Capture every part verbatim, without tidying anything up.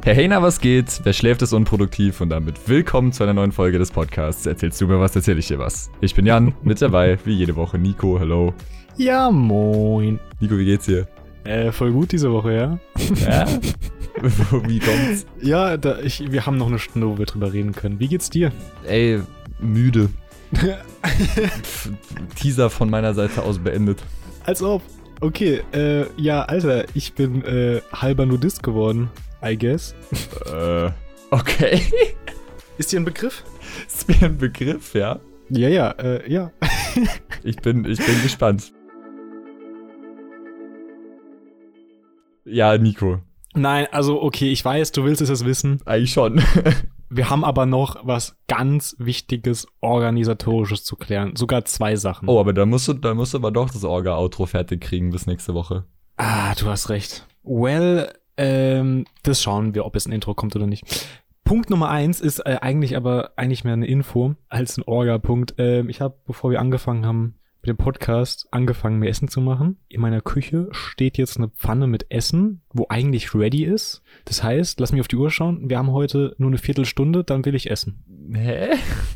Hey, hey, na, was geht? Wer schläft, ist unproduktiv und damit willkommen zu einer neuen Folge des Podcasts. Erzählst du mir was, erzähl ich dir was. Ich bin Jan, mit dabei, wie jede Woche, Nico, hello. Ja, moin. Nico, wie geht's dir? Äh, voll gut diese Woche, ja? Ja? Wie kommt's? Ja, da, ich, wir haben noch eine Stunde, wo wir drüber reden können. Wie geht's dir? Ey, müde. Pff, Teaser von meiner Seite aus beendet. Als ob. Okay, äh, ja, Alter, ich bin äh, halber Nudist geworden, I guess. Äh, okay. Ist dir ein Begriff? Ist mir ein Begriff, ja? Ja, ja, äh, ja. Ich bin, ich bin gespannt. Ja, Nico. Nein, also okay, ich weiß, du willst es jetzt wissen. Eigentlich schon. Wir haben aber noch was ganz Wichtiges, Organisatorisches zu klären. Sogar zwei Sachen. Oh, aber da musst du, da musst du aber doch das Orga-Outro fertig kriegen bis nächste Woche. Ah, du hast recht. Well, ähm, das schauen wir, ob es ein Intro kommt oder nicht. Punkt Nummer eins ist äh, eigentlich aber eigentlich mehr eine Info als ein Orga-Punkt. Ähm, ich habe, bevor wir angefangen haben mit dem Podcast, angefangen, mir Essen zu machen. In meiner Küche steht jetzt eine Pfanne mit Essen, wo eigentlich ready ist. Das heißt, lass mich auf die Uhr schauen. Wir haben heute nur eine Viertelstunde, dann will ich essen. Hä?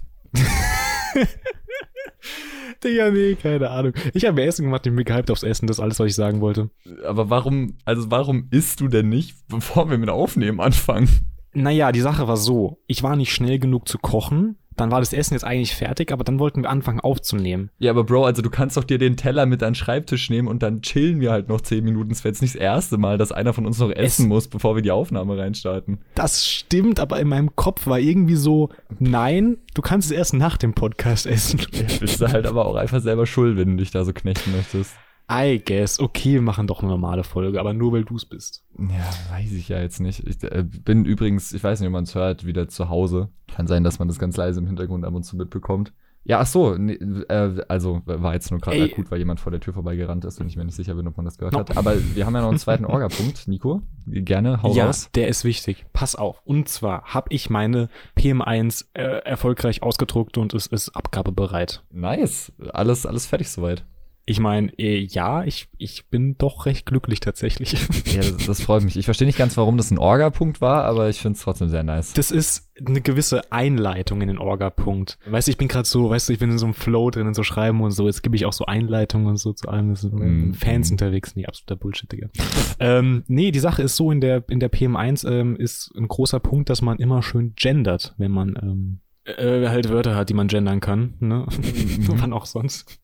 Digga, nee, keine Ahnung. Ich habe mir Essen gemacht, ich bin gehypt aufs Essen. Das ist alles, was ich sagen wollte. Aber warum, also warum isst du denn nicht, bevor wir mit Aufnehmen anfangen? Naja, die Sache war so. Ich war nicht schnell genug zu kochen. Dann war das Essen jetzt eigentlich fertig, aber dann wollten wir anfangen aufzunehmen. Ja, aber Bro, also du kannst doch dir den Teller mit an den Schreibtisch nehmen und dann chillen wir halt noch zehn Minuten. Es wäre jetzt nicht das erste Mal, dass einer von uns noch essen es muss, bevor wir die Aufnahme reinstarten. Das stimmt, aber in meinem Kopf war irgendwie so, nein, du kannst es erst nach dem Podcast essen. Ja, bist du halt aber auch einfach selber schuld, wenn du dich da so knechten möchtest. I guess. Okay, wir machen doch eine normale Folge, aber nur, weil du es bist. Ja, weiß ich ja jetzt nicht. Ich äh, bin übrigens, ich weiß nicht, ob man es hört, wieder zu Hause. Kann sein, dass man das ganz leise im Hintergrund ab und zu mitbekommt. Ja, ach so, nee, äh, also war jetzt nur gerade akut, weil jemand vor der Tür vorbeigerannt ist und ich mir nicht sicher bin, ob man das gehört no. hat. Aber wir haben ja noch einen zweiten Orga-Punkt, Nico. Gerne, hau ja, raus. Der ist wichtig. Pass auf. Und zwar habe ich meine P M eins äh, erfolgreich ausgedruckt und es ist abgabebereit. Nice. Alles, alles fertig soweit. Ich meine, äh, ja, ich, ich bin doch recht glücklich tatsächlich. Ja, das, das freut mich. Ich verstehe nicht ganz, warum das ein Orga-Punkt war, aber ich finde es trotzdem sehr nice. Das ist eine gewisse Einleitung in den Orga-Punkt. Weißt du, ich bin gerade so, weißt du, ich bin in so einem Flow drin, in so Schreiben und so. Jetzt gebe ich auch so Einleitungen und so zu allem. Das sind mm. Fans unterwegs. Nee, absoluter Bullshit, Digga. ähm, nee, die Sache ist so, in der in der P M eins ähm, ist ein großer Punkt, dass man immer schön gendert, wenn man ähm, äh, halt Wörter hat, die man gendern kann. Ne? Mhm. Wann auch sonst.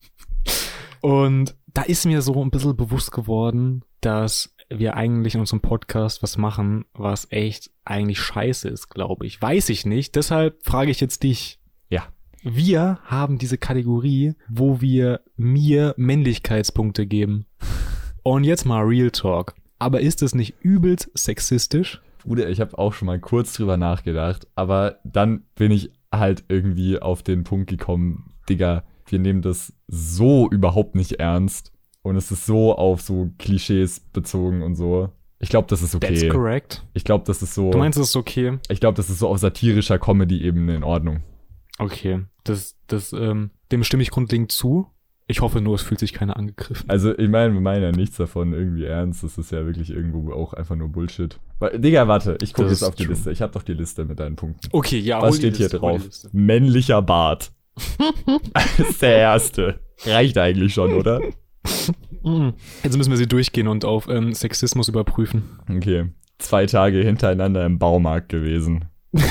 Und da ist mir so ein bisschen bewusst geworden, dass wir eigentlich in unserem Podcast was machen, was echt eigentlich scheiße ist, glaube ich. Weiß ich nicht, deshalb frage ich jetzt dich. Ja. Wir haben diese Kategorie, wo wir mir Männlichkeitspunkte geben. Und jetzt mal Real Talk. Aber ist es nicht übelst sexistisch? Bruder, ich habe auch schon mal kurz drüber nachgedacht, aber dann bin ich halt irgendwie auf den Punkt gekommen, Digga, wir nehmen das so überhaupt nicht ernst und es ist so auf so Klischees bezogen und so. Ich glaube, das ist okay. That's correct. Ich glaube, das ist so... Du meinst, das ist okay? Ich glaube, das ist so auf satirischer Comedy-Ebene in Ordnung. Okay, das, das, ähm, dem stimme ich grundlegend zu. Ich hoffe nur, es fühlt sich keiner angegriffen. Also, ich meine, wir meinen ja nichts davon irgendwie ernst. Das ist ja wirklich irgendwo auch einfach nur Bullshit. Weil, Digga, warte, ich gucke jetzt auf die true. Liste. Ich habe doch die Liste mit deinen Punkten. Okay, ja, was steht hier drauf? Männlicher Bart. Das ist der erste. Reicht eigentlich schon, oder? Jetzt müssen wir sie durchgehen und auf ähm, Sexismus überprüfen. Okay. Zwei Tage hintereinander im Baumarkt gewesen.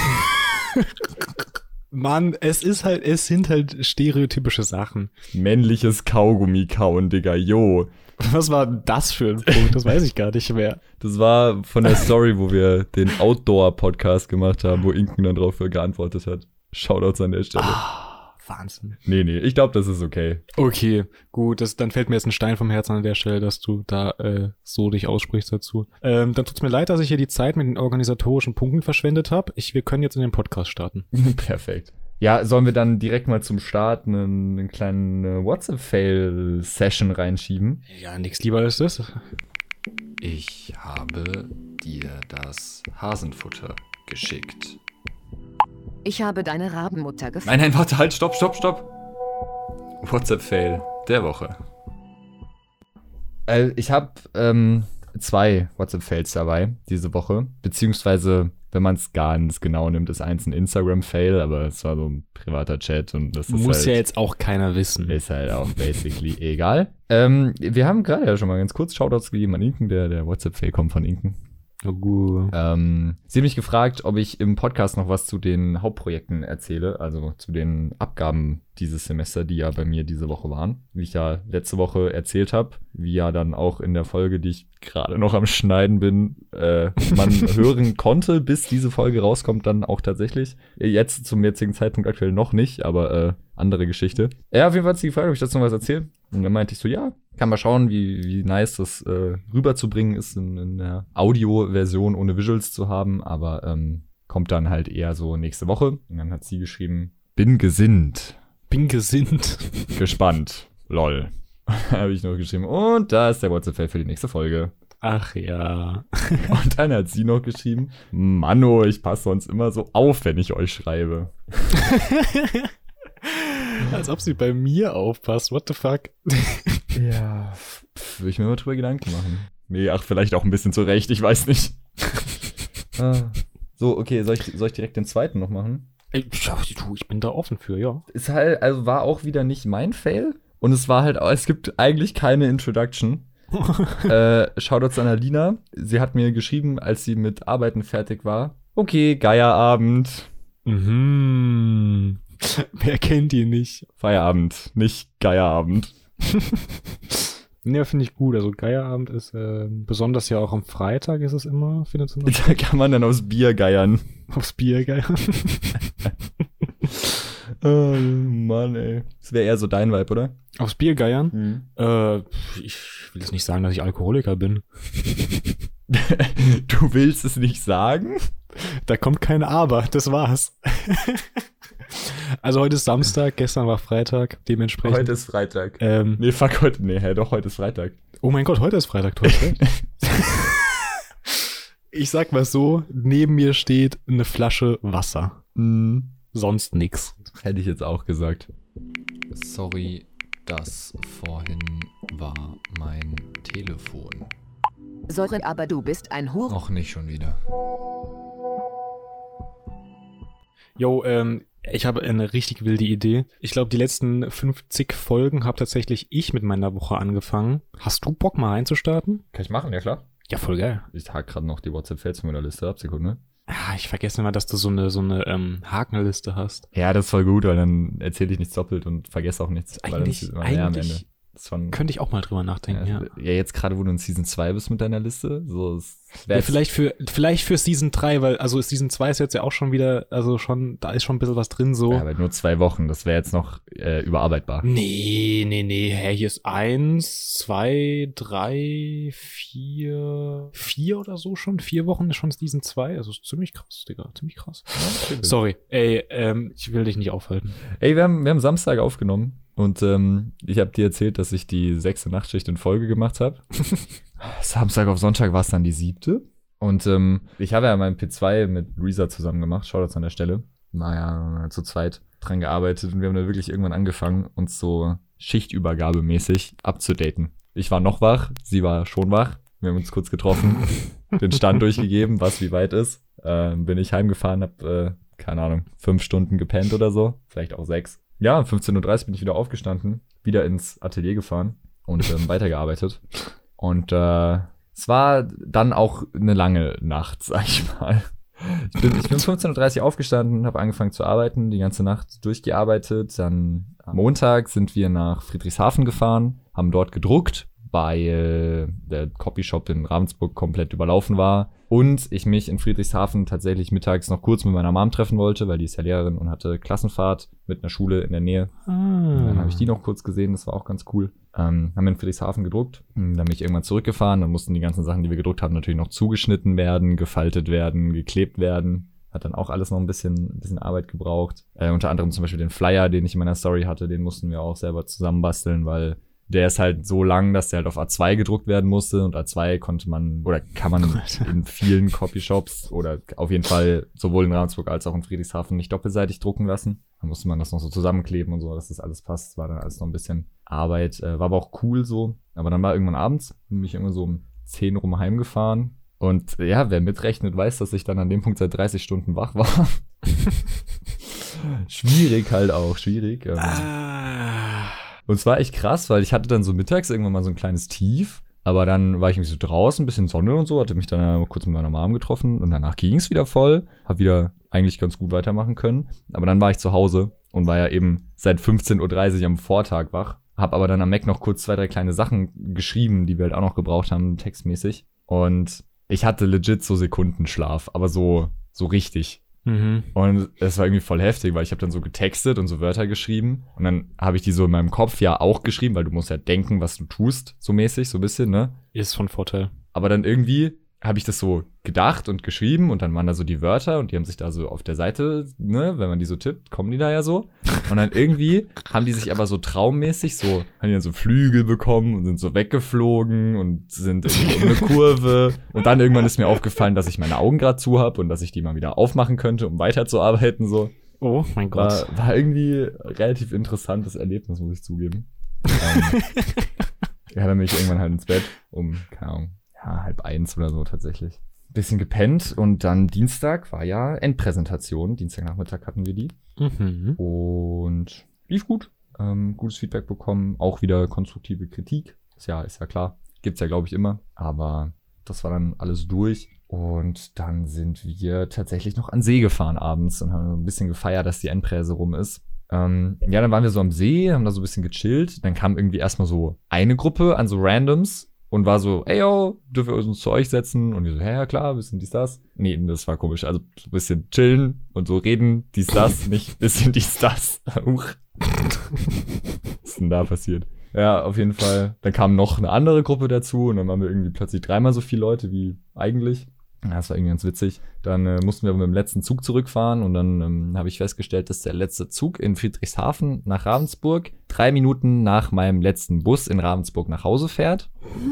Mann, es ist halt, es sind halt stereotypische Sachen. Männliches Kaugummi kauen, Digga, yo. Was war das für ein Punkt? Das weiß ich gar nicht mehr. Das war von der Story, wo wir den Outdoor-Podcast gemacht haben, wo Inken dann drauf geantwortet hat. Shoutouts an der Stelle. Ah, Wahnsinn. Nee, nee, ich glaube, das ist okay. Okay, gut, das, dann fällt mir jetzt ein Stein vom Herzen an der Stelle, dass du da äh, so dich aussprichst dazu. Ähm, dann tut's mir leid, dass ich hier die Zeit mit den organisatorischen Punkten verschwendet habe. Ich, wir können jetzt in den Podcast starten. Perfekt. Ja, sollen wir dann direkt mal zum Start einen, einen kleinen WhatsApp-Fail-Session reinschieben? Ja, nix lieber als das. Ich habe dir das Hasenfutter geschickt. Ich habe deine Rabenmutter gefunden. Nein, nein, warte, halt, stopp, stopp, stopp. WhatsApp-Fail der Woche. Äh, ich habe ähm, zwei WhatsApp-Fails dabei diese Woche. Beziehungsweise, wenn man es ganz genau nimmt, ist eins ein Instagram-Fail, aber es war so ein privater Chat und das ist Muss halt, ja jetzt auch keiner wissen. Ist halt auch basically egal. Ähm, wir haben gerade ja schon mal ganz kurz Shoutouts gegeben an Inken, der, der WhatsApp-Fail kommt von Inken. Oh, gut. Ähm, sie haben mich gefragt, ob ich im Podcast noch was zu den Hauptprojekten erzähle, also zu den Abgaben dieses Semester, die ja bei mir diese Woche waren. Wie ich ja letzte Woche erzählt habe, wie ja dann auch in der Folge, die ich gerade noch am Schneiden bin, äh, man hören konnte, bis diese Folge rauskommt, dann auch tatsächlich. Jetzt zum jetzigen Zeitpunkt aktuell noch nicht, aber äh, andere Geschichte. Ja, auf jeden Fall hat sie gefragt, ob ich dazu noch was erzähle. Und dann meinte ich so, ja, kann mal schauen, wie, wie nice das äh, rüberzubringen ist, in, in der Audio-Version ohne Visuals zu haben, aber ähm, kommt dann halt eher so nächste Woche. Und dann hat sie geschrieben, bin gesinnt. Bin gesinnt. Gespannt. Lol. Habe ich noch geschrieben. Und da ist der WhatsApp-Fail für die nächste Folge. Ach ja. Und dann hat sie noch geschrieben, Manno, ich passe sonst immer so auf, wenn ich euch schreibe. Als ob sie bei mir aufpasst. What the fuck? Ja, würde ich mir mal drüber Gedanken machen. Nee, ach, vielleicht auch ein bisschen zurecht, ich weiß nicht. ah. So, okay, soll ich, soll ich direkt den zweiten noch machen? Ich bin da offen für, ja. Ist halt, also war auch wieder nicht mein Fail. Und es war halt, es gibt eigentlich keine Introduction. äh, Shoutouts an Alina. Sie hat mir geschrieben, als sie mit Arbeiten fertig war. Okay, Geierabend. Mhm. Wer kennt die nicht? Feierabend, nicht Geierabend. Ne, finde ich gut. Also Geierabend ist, äh, besonders ja auch am Freitag ist es immer, findet es immer. Da kann man dann aufs Bier geiern. Aufs Bier geiern. Oh Mann, ey. Das wäre eher so dein Vibe, oder? Aufs Bier geiern? Mhm. Äh, ich will jetzt nicht sagen, dass ich Alkoholiker bin. Du willst es nicht sagen? Da kommt kein Aber, das war's. Also heute ist Samstag, gestern war Freitag, dementsprechend. Heute ist Freitag. Ähm, nee, fuck, heute, nee, hä, doch, heute ist Freitag. Oh mein Gott, heute ist Freitag, du hast recht. Ich sag mal so, neben mir steht eine Flasche Wasser. Mhm. Sonst nix. Hätte ich jetzt auch gesagt. Sorry, das vorhin war mein Telefon. Sorry, aber du bist ein Hure. Noch nicht schon wieder. Jo, ähm, ich habe eine richtig wilde Idee. Ich glaube, die letzten fünfzig Folgen habe tatsächlich ich mit meiner Woche angefangen. Hast du Bock, mal reinzustarten? Kann ich machen, ja klar. Ja, voll geil. Ich hake gerade noch die WhatsApp-Fails von meiner Liste ab, Sekunde. Ah, ich vergesse immer, dass du so eine so eine ähm, Hakenliste hast. Ja, das ist voll gut, weil dann erzähle ich nichts doppelt und vergesse auch nichts. Weil dann Eigentlich, ist immer mehr am Ende. eigentlich Das ist schon, könnte ich auch mal drüber nachdenken, ja. ja. Ja, jetzt gerade, wo du in Season zwei bist mit deiner Liste, so es Ja, vielleicht für vielleicht für Season drei, weil also Season zwei ist jetzt ja auch schon wieder, also schon, da ist schon ein bisschen was drin so. Ja, aber nur zwei Wochen, das wäre jetzt noch äh, überarbeitbar. Nee, nee, nee, hä, hier ist eins, zwei, drei, vier, vier oder so schon. Vier Wochen ist schon Season zwei, also ist ziemlich krass, Digga, ziemlich krass. Sorry, ey, ähm, ich will dich nicht aufhalten. Ey, wir haben, wir haben Samstag aufgenommen und ähm, ich habe dir erzählt, dass ich die sechste Nachtschicht in Folge gemacht habe. Samstag auf Sonntag war es dann die siebte. Und ähm, ich habe ja meinen P zwei mit Luisa zusammen gemacht. Shoutouts an der Stelle. Naja, zu zweit dran gearbeitet und wir haben dann wirklich irgendwann angefangen, uns so schichtübergabemäßig abzudaten. Ich war noch wach, sie war schon wach. Wir haben uns kurz getroffen, den Stand durchgegeben, was wie weit ist. Ähm, bin ich heimgefahren, hab, äh, keine Ahnung, fünf Stunden gepennt oder so. Vielleicht auch sechs. Ja, um fünfzehn Uhr dreißig bin ich wieder aufgestanden, wieder ins Atelier gefahren und ähm, weitergearbeitet. Und äh, es war dann auch eine lange Nacht, sag ich mal. Ich bin, ich bin um fünfzehn Uhr dreißig aufgestanden, habe angefangen zu arbeiten, die ganze Nacht durchgearbeitet. Dann am Montag sind wir nach Friedrichshafen gefahren, haben dort gedruckt, weil der Copyshop in Ravensburg komplett überlaufen war. Und ich mich in Friedrichshafen tatsächlich mittags noch kurz mit meiner Mom treffen wollte, weil die ist ja Lehrerin und hatte Klassenfahrt mit einer Schule in der Nähe. Ah. Dann habe ich die noch kurz gesehen, das war auch ganz cool. Ähm, haben wir in Friedrichshafen gedruckt, dann bin ich irgendwann zurückgefahren, dann mussten die ganzen Sachen, die wir gedruckt haben, natürlich noch zugeschnitten werden, gefaltet werden, geklebt werden. Hat dann auch alles noch ein bisschen, ein bisschen Arbeit gebraucht. Äh, unter anderem zum Beispiel den Flyer, den ich in meiner Story hatte, den mussten wir auch selber zusammenbasteln, weil der ist halt so lang, dass der halt auf A zwei gedruckt werden musste und A zwei konnte man, oder kann man in vielen Copyshops oder auf jeden Fall sowohl in Ravensburg als auch in Friedrichshafen nicht doppelseitig drucken lassen. Dann musste man das noch so zusammenkleben und so, dass das alles passt. War dann alles noch ein bisschen Arbeit, äh, war aber auch cool so. Aber dann war irgendwann abends, bin ich irgendwann so um zehn rum heimgefahren. Und ja, wer mitrechnet, weiß, dass ich dann an dem Punkt seit dreißig Stunden wach war. Schwierig halt auch, schwierig. Ähm. Ah. Und es war echt krass, weil ich hatte dann so mittags irgendwann mal so ein kleines Tief. Aber dann war ich irgendwie so draußen, ein bisschen Sonne und so, hatte mich dann mal kurz mit meiner Mom getroffen und danach ging es wieder voll. Hab wieder eigentlich ganz gut weitermachen können. Aber dann war ich zu Hause und war ja eben seit fünfzehn Uhr dreißig am Vortag wach. Hab aber dann am Mac noch kurz zwei, drei kleine Sachen geschrieben, die wir halt auch noch gebraucht haben, textmäßig. Und ich hatte legit so Sekundenschlaf, aber so, so richtig. Mhm. Und es war irgendwie voll heftig, weil ich habe dann so getextet und so Wörter geschrieben und dann habe ich die so in meinem Kopf ja auch geschrieben, weil du musst ja denken, was du tust, so mäßig, so ein bisschen, ne? Ist von Vorteil. Aber dann irgendwie habe ich das so gedacht und geschrieben und dann waren da so die Wörter und die haben sich da so auf der Seite, ne, wenn man die so tippt, kommen die da ja so. Und dann irgendwie haben die sich aber so traummäßig so, haben die dann so Flügel bekommen und sind so weggeflogen und sind irgendwie um eine Kurve. Und dann irgendwann ist mir aufgefallen, dass ich meine Augen gerade zu habe und dass ich die mal wieder aufmachen könnte, um weiterzuarbeiten, so. Oh mein Gott. War, war irgendwie relativ interessantes Erlebnis, muss ich zugeben. ähm, ja, dann bin ich irgendwann halt ins Bett um, keine Ahnung, ja, halb eins oder so tatsächlich. Bisschen gepennt und dann Dienstag war ja Endpräsentation. Dienstagnachmittag hatten wir die. Mhm. Und lief gut. Ähm, gutes Feedback bekommen. Auch wieder konstruktive Kritik. Ist ja, ist ja klar. Gibt's ja, glaube ich, immer. Aber das war dann alles durch. Und dann sind wir tatsächlich noch an See gefahren abends und haben ein bisschen gefeiert, dass die Endpräse rum ist. Ähm, ja, dann waren wir so am See, haben da so ein bisschen gechillt. Dann kam irgendwie erstmal so eine Gruppe an so Randoms. Und war so, ey yo, dürfen wir uns zu euch setzen? Und wir so, ja, ja klar, bisschen dies, das. Nee, das war komisch. Also so ein bisschen chillen und so reden, dies, das, nicht bisschen dies, das. Huch. Was ist denn da passiert? Ja, auf jeden Fall. Dann kam noch eine andere Gruppe dazu und dann waren wir irgendwie plötzlich dreimal so viele Leute wie eigentlich. Ja, das war irgendwie ganz witzig. Dann äh, mussten wir mit dem letzten Zug zurückfahren und dann ähm, habe ich festgestellt, dass der letzte Zug in Friedrichshafen nach Ravensburg drei Minuten nach meinem letzten Bus in Ravensburg nach Hause fährt.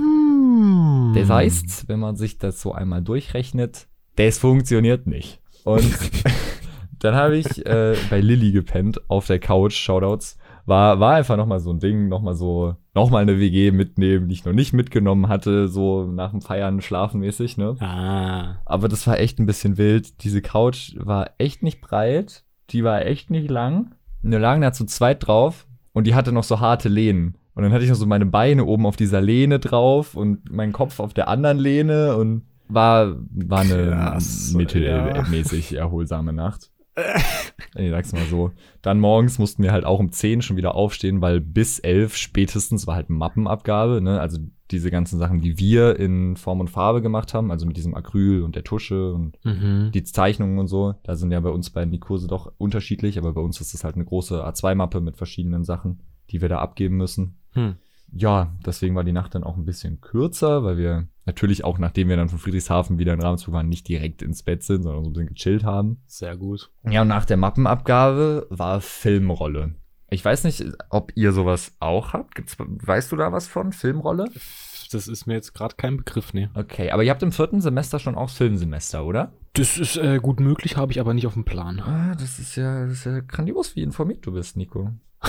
Hm. Das heißt, wenn man sich das so einmal durchrechnet, das funktioniert nicht. Und dann habe ich äh, bei Lilly gepennt auf der Couch, Shoutouts. War, war einfach nochmal so ein Ding, nochmal so, nochmal eine W G mitnehmen, die ich noch nicht mitgenommen hatte, so nach dem Feiern schlafenmäßig, ne? Ah. Aber das war echt ein bisschen wild. Diese Couch war echt nicht breit, die war echt nicht lang. Wir lagen da zu zweit drauf und die hatte noch so harte Lehnen. Und dann hatte ich noch so meine Beine oben auf dieser Lehne drauf und meinen Kopf auf der anderen Lehne und war, war eine Krass, mittelmäßig ja. erholsame Nacht. Ich sag's mal so. Dann morgens mussten wir halt auch um zehn schon wieder aufstehen, weil bis elf spätestens war halt Mappenabgabe, ne? Also diese ganzen Sachen, die wir in Form und Farbe gemacht haben, also mit diesem Acryl und der Tusche und Mhm. die Zeichnungen und so. Da sind ja bei uns beiden die Kurse doch unterschiedlich, aber bei uns ist das halt eine große A zwei Mappe mit verschiedenen Sachen, die wir da abgeben müssen. Hm. Ja, deswegen war die Nacht dann auch ein bisschen kürzer, weil wir natürlich auch, nachdem wir dann von Friedrichshafen wieder in Ravensburg waren, nicht direkt ins Bett sind, sondern so ein bisschen gechillt haben. Sehr gut. Ja, und nach der Mappenabgabe war Filmrolle. Ich weiß nicht, ob ihr sowas auch habt. Gibt's, weißt du da was von? Filmrolle? Das ist mir jetzt gerade kein Begriff, ne. Okay, aber ihr habt im vierten Semester schon auch das Filmsemester, oder? Das ist äh, gut möglich, habe ich aber nicht auf dem Plan. Ah, das ist ja, das ist ja grandios, wie informiert du bist, Nico.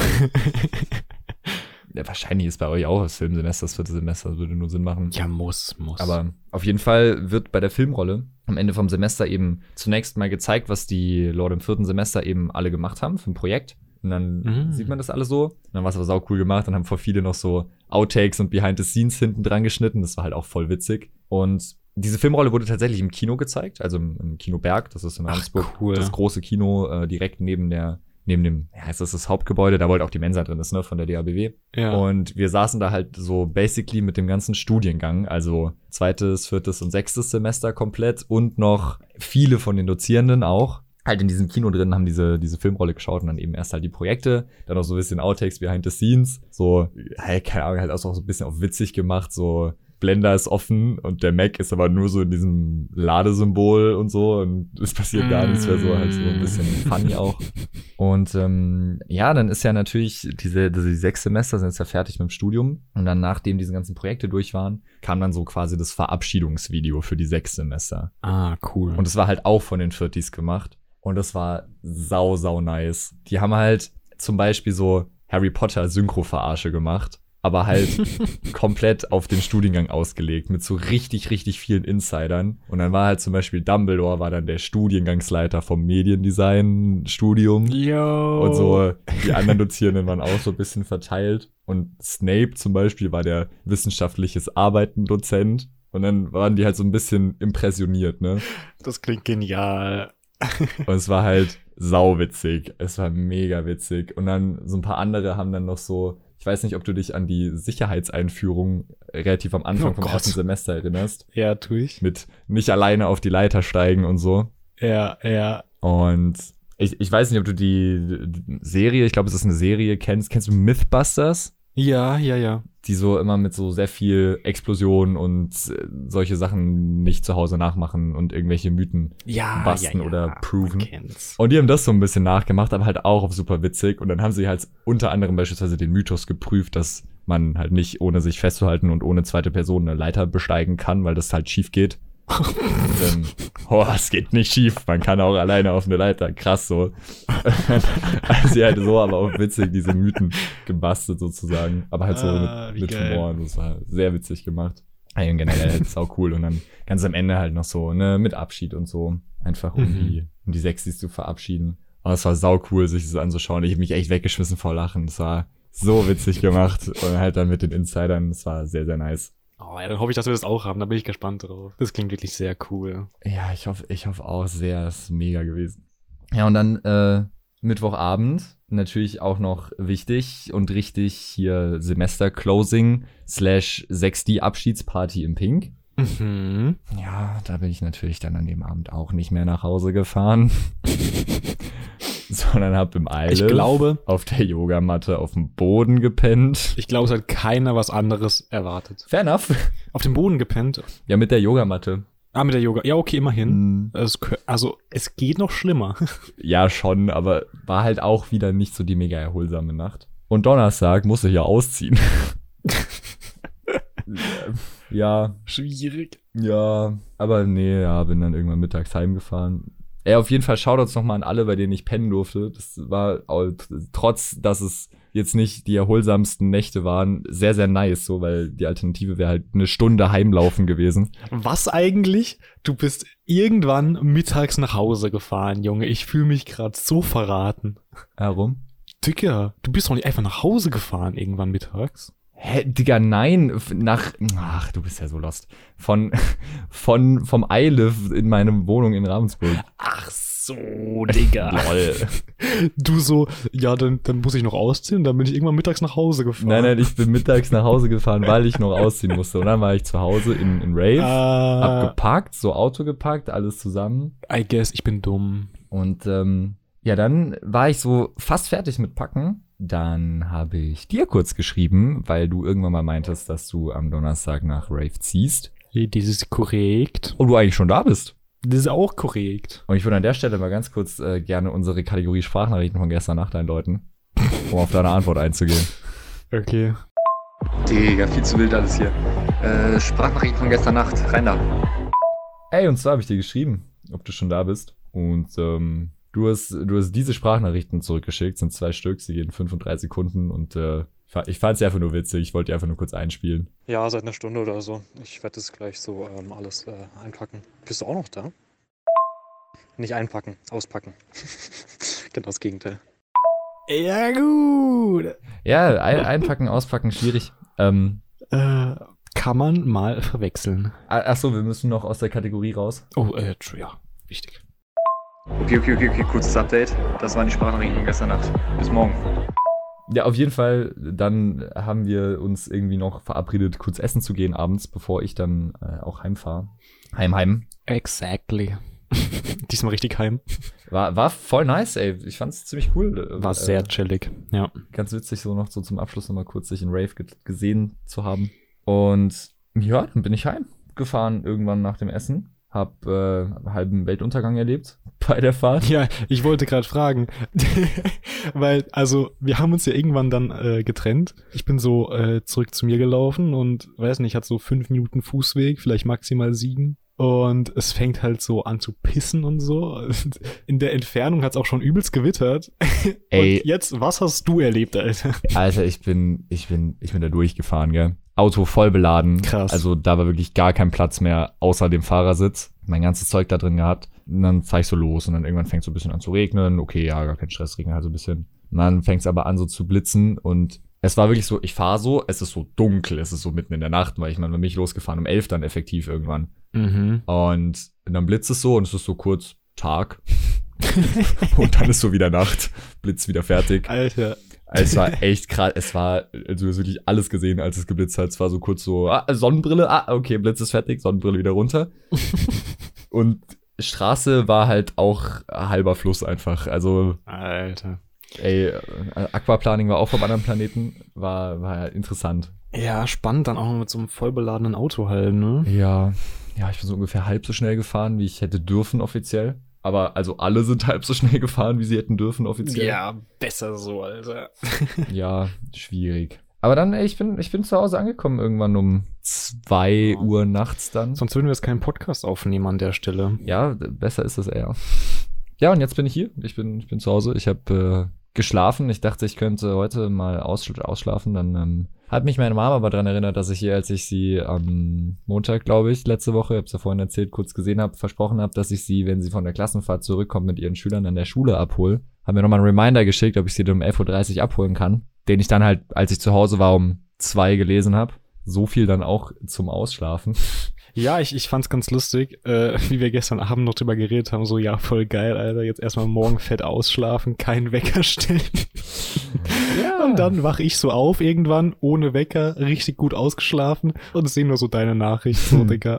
Ja, wahrscheinlich ist bei euch auch das Filmsemester, das vierte Semester, das würde nur Sinn machen. Ja, muss, muss. Aber auf jeden Fall wird bei der Filmrolle am Ende vom Semester eben zunächst mal gezeigt, was die Leute im vierten Semester eben alle gemacht haben für ein Projekt. Und dann Mhm. sieht man das alles so. Und dann war es aber sau cool gemacht. Dann haben voll viele noch so Outtakes und Behind the Scenes hinten dran geschnitten. Das war halt auch voll witzig. Und diese Filmrolle wurde tatsächlich im Kino gezeigt, also im, im Kino Berg. Das ist in Ach, Ravensburg cool. das große Kino äh, direkt neben der neben dem, ja, ist das das Hauptgebäude, da wo halt auch die Mensa drin ist, ne, von der D A B W. Ja. Und wir saßen da halt so basically mit dem ganzen Studiengang, also zweites, viertes und sechstes Semester komplett und noch viele von den Dozierenden auch. Halt in diesem Kino drin haben diese diese Filmrolle geschaut und dann eben erst halt die Projekte, dann auch so ein bisschen Outtakes, Behind the Scenes, so, hey, keine Ahnung, halt auch so ein bisschen auf witzig gemacht, so Blender ist offen und der Mac ist aber nur so in diesem Ladesymbol und so und es passiert gar nichts mehr, so halt so ein bisschen funny auch. Und ähm, ja, dann ist ja natürlich, diese, diese sechs Semester sind jetzt ja fertig mit dem Studium und dann nachdem diese ganzen Projekte durch waren, kam dann so quasi das Verabschiedungsvideo für die sechs Semester. Ah, cool. Und es war halt auch von den Viertis gemacht und das war sau, sau nice. Die haben halt zum Beispiel so Harry Potter Synchro-Verarsche gemacht. aber halt komplett auf den Studiengang ausgelegt, mit so richtig, richtig vielen Insidern. Und dann war halt zum Beispiel Dumbledore, war dann der Studiengangsleiter vom Mediendesign-Studium. Yo. Und so, die anderen Dozierenden waren auch so ein bisschen verteilt. Und Snape zum Beispiel war der wissenschaftliches Arbeiten-Dozent. Und dann waren die halt so ein bisschen impressioniert, ne? Das klingt genial. Und es war halt sauwitzig. Es war mega witzig. Und dann so ein paar andere haben dann noch so, ich weiß nicht, ob du dich an die Sicherheitseinführung relativ am Anfang Oh vom Gott. ersten Semester erinnerst. Ja, tu ich. Mit nicht alleine auf die Leiter steigen und so. Ja, ja. Und ich, ich weiß nicht, ob du die, die Serie, ich glaube, es ist eine Serie, kennst. Kennst du Mythbusters? Ja, ja, ja. Die so immer mit so sehr viel Explosion und äh, solche Sachen nicht zu Hause nachmachen und irgendwelche Mythen Ja, basten ja, ja. oder proven. Man kennt's. Und die haben das so ein bisschen nachgemacht, aber halt auch auf super witzig. Und dann haben sie halt unter anderem beispielsweise den Mythos geprüft, dass man halt nicht ohne sich festzuhalten und ohne zweite Person eine Leiter besteigen kann, weil das halt schief geht. Und dann, oh, es geht nicht schief, man kann auch alleine auf eine Leiter, krass so. Also sie halt so, aber auch witzig, diese Mythen gebastelt sozusagen, aber halt so Ah, mit, wie mit geil. Humor, und das war sehr witzig gemacht. Ja, und generell halt sau cool und dann ganz am Ende halt noch so, ne, mit Abschied und so, einfach um Mhm. die, um die Sexys zu verabschieden. Aber es war sau cool, sich das anzuschauen. Ich habe mich echt weggeschmissen vor Lachen. Es war so witzig gemacht und halt dann mit den Insidern, es war sehr, sehr nice. Oh, ja, dann hoffe ich, dass wir das auch haben. Da bin ich gespannt drauf. Das klingt wirklich sehr cool. Ja, ich hoffe, ich hoffe auch sehr, es ist mega gewesen. Ja, und dann äh, Mittwochabend, natürlich auch noch wichtig und richtig hier Semester-Closing slash sechs D-Abschiedsparty im Pink. Mhm. Ja, da bin ich natürlich dann an dem Abend auch nicht mehr nach Hause gefahren, sondern hab im Eile Ich glaube, auf der Yogamatte auf dem Boden gepennt. ich glaube, es hat keiner was anderes erwartet. Fair enough. Auf dem Boden gepennt. Ja, mit der Yogamatte. Ah, mit der Yoga. Ja, okay, immerhin. Mhm. Es, kö- also, es geht noch schlimmer. Ja, schon, aber war halt auch wieder nicht so die mega erholsame Nacht. Und Donnerstag musste ich ja ausziehen. Ja, Schwierig. ja, aber nee, ja, bin dann irgendwann mittags heimgefahren. Ey, auf jeden Fall Shoutouts nochmal an alle, bei denen ich pennen durfte. Das war, auch, trotz, dass es jetzt nicht die erholsamsten Nächte waren, sehr, sehr nice, so, weil die Alternative wäre halt eine Stunde heimlaufen gewesen. Was eigentlich? Du bist irgendwann mittags nach Hause gefahren, Junge. Ich fühle mich gerade so verraten. Warum? Digga, du bist doch nicht einfach nach Hause gefahren irgendwann mittags. Hä, Digga, nein, f- nach, ach, du bist ja so lost. Von, von, vom Eiliv in meine Wohnung in Ravensburg. Ach so, Digga. Lol. Du so, ja, dann, dann muss ich noch ausziehen, dann bin ich irgendwann mittags nach Hause gefahren. Nein, nein, ich bin mittags nach Hause gefahren, weil ich noch ausziehen musste. Und dann war ich zu Hause in, in Rave, hab Ah, gepackt, so Auto gepackt, alles zusammen. I guess, ich bin dumm. Und ähm, ja, dann war ich so fast fertig mit Packen. Dann habe ich dir kurz geschrieben, weil du irgendwann mal meintest, dass du am Donnerstag nach Rave ziehst. Das ist korrekt. Und du eigentlich schon da bist. Das ist auch korrekt. Und ich würde an der Stelle mal ganz kurz äh, gerne unsere Kategorie Sprachnachrichten von gestern Nacht einläuten, um auf deine Antwort einzugehen. Okay. Digga, viel zu wild alles hier. Äh, Sprachnachrichten von gestern Nacht, rein da. Ey, und zwar habe ich dir geschrieben, ob du schon da bist. Und ähm, du hast, du hast diese Sprachnachrichten zurückgeschickt, sind zwei Stück, sie gehen fünf und drei Sekunden und äh, ich fand sie einfach nur witzig, ich wollte die einfach nur kurz einspielen. Ja, seit einer Stunde oder so. Ich werde es gleich so ähm, alles äh, einpacken. Bist du auch noch da? Nicht einpacken, auspacken. Genau das Gegenteil. Ja, gut. Ja, ein, einpacken, auspacken, schwierig. Ähm, Äh, kann man mal verwechseln. ach so, wir müssen noch aus der Kategorie raus. Oh, äh, true, ja, wichtig. Okay, okay, okay, okay, kurzes Update. Das waren die Sprachnachrichten von gestern Nacht. Bis morgen. Ja, auf jeden Fall, dann haben wir uns irgendwie noch verabredet, kurz essen zu gehen abends, bevor ich dann äh, auch heimfahre. Heim, heim. Exactly. Diesmal richtig heim. War, war voll nice, ey. Ich fand's ziemlich cool. War äh, sehr chillig, ja. Ganz witzig, so noch so zum Abschluss nochmal kurz sich in Rave ge- gesehen zu haben. Und ja, dann bin ich heimgefahren irgendwann nach dem Essen. Hab äh, halben Weltuntergang erlebt bei der Fahrt. Ja, ich wollte gerade fragen, weil, also, wir haben uns ja irgendwann dann äh, getrennt. Ich bin so äh, zurück zu mir gelaufen und, weiß nicht, hatte so fünf Minuten Fußweg, vielleicht maximal sieben. und es fängt halt so an zu pissen und so. In der Entfernung hat's auch schon übelst gewittert. Ey. Und jetzt, was hast du erlebt, Alter? Alter, ich bin, ich bin, ich bin da durchgefahren, gell. Auto voll beladen. Krass. Also da war wirklich gar kein Platz mehr außer dem Fahrersitz. Mein ganzes Zeug da drin gehabt. Und dann fahr ich so los und dann irgendwann fängt es so ein bisschen an zu regnen. Okay, ja, gar kein Stress, regnet halt so ein bisschen. Und dann fängt es aber an so zu blitzen und es war wirklich so, ich fahre so, es ist so dunkel, es ist so mitten in der Nacht, weil ich meine, wenn mich losgefahren um elf dann effektiv irgendwann. Mhm. Und dann blitzt es so und es ist so kurz Tag. Und dann ist so wieder Nacht, Blitz wieder fertig. Alter. Es war echt krass, es war, also du hast wirklich alles gesehen, als es geblitzt hat. Es war so kurz so, ah, Sonnenbrille, ah, okay, Blitz ist fertig, Sonnenbrille wieder runter. Und Straße war halt auch halber Fluss einfach, also. Alter. Ey, Aquaplaning war auch vom anderen Planeten, war, war interessant. Ja, spannend dann auch noch mit so einem vollbeladenen Auto halt, ne? Ja, ja, ich bin so ungefähr halb so schnell gefahren, wie ich hätte dürfen offiziell. Aber also alle sind halb so schnell gefahren, wie sie hätten dürfen offiziell. Ja, besser so, Alter. Ja, schwierig. Aber dann, ey, ich bin, ich bin zu Hause angekommen irgendwann um zwei Oh. Uhr nachts dann. Sonst würden wir jetzt keinen Podcast aufnehmen an der Stelle. Ja, besser ist das eher. Ja, und jetzt bin ich hier. Ich bin, ich bin zu Hause. Ich habe äh, geschlafen. Ich dachte, ich könnte heute mal ausschl- ausschlafen. Dann ähm, hat mich meine Mama aber daran erinnert, dass ich hier, als ich sie am Montag, glaube ich, letzte Woche, ich habe es ja vorhin erzählt, kurz gesehen habe, versprochen habe, dass ich sie, wenn sie von der Klassenfahrt zurückkommt, mit ihren Schülern an der Schule abhole. Haben mir nochmal einen Reminder geschickt, ob ich sie dann um elf Uhr dreißig abholen kann. Den ich dann halt, als ich zu Hause war, um zwei gelesen habe. So viel dann auch zum Ausschlafen. Ja, ich, ich fand's ganz lustig, äh, wie wir gestern Abend noch drüber geredet haben, so, ja, voll geil, Alter, jetzt erstmal morgen fett ausschlafen, keinen Wecker stellen. Ja. Und dann wach ich so auf irgendwann, ohne Wecker, richtig gut ausgeschlafen und sehe nur so deine Nachricht, so, Hm. Digga,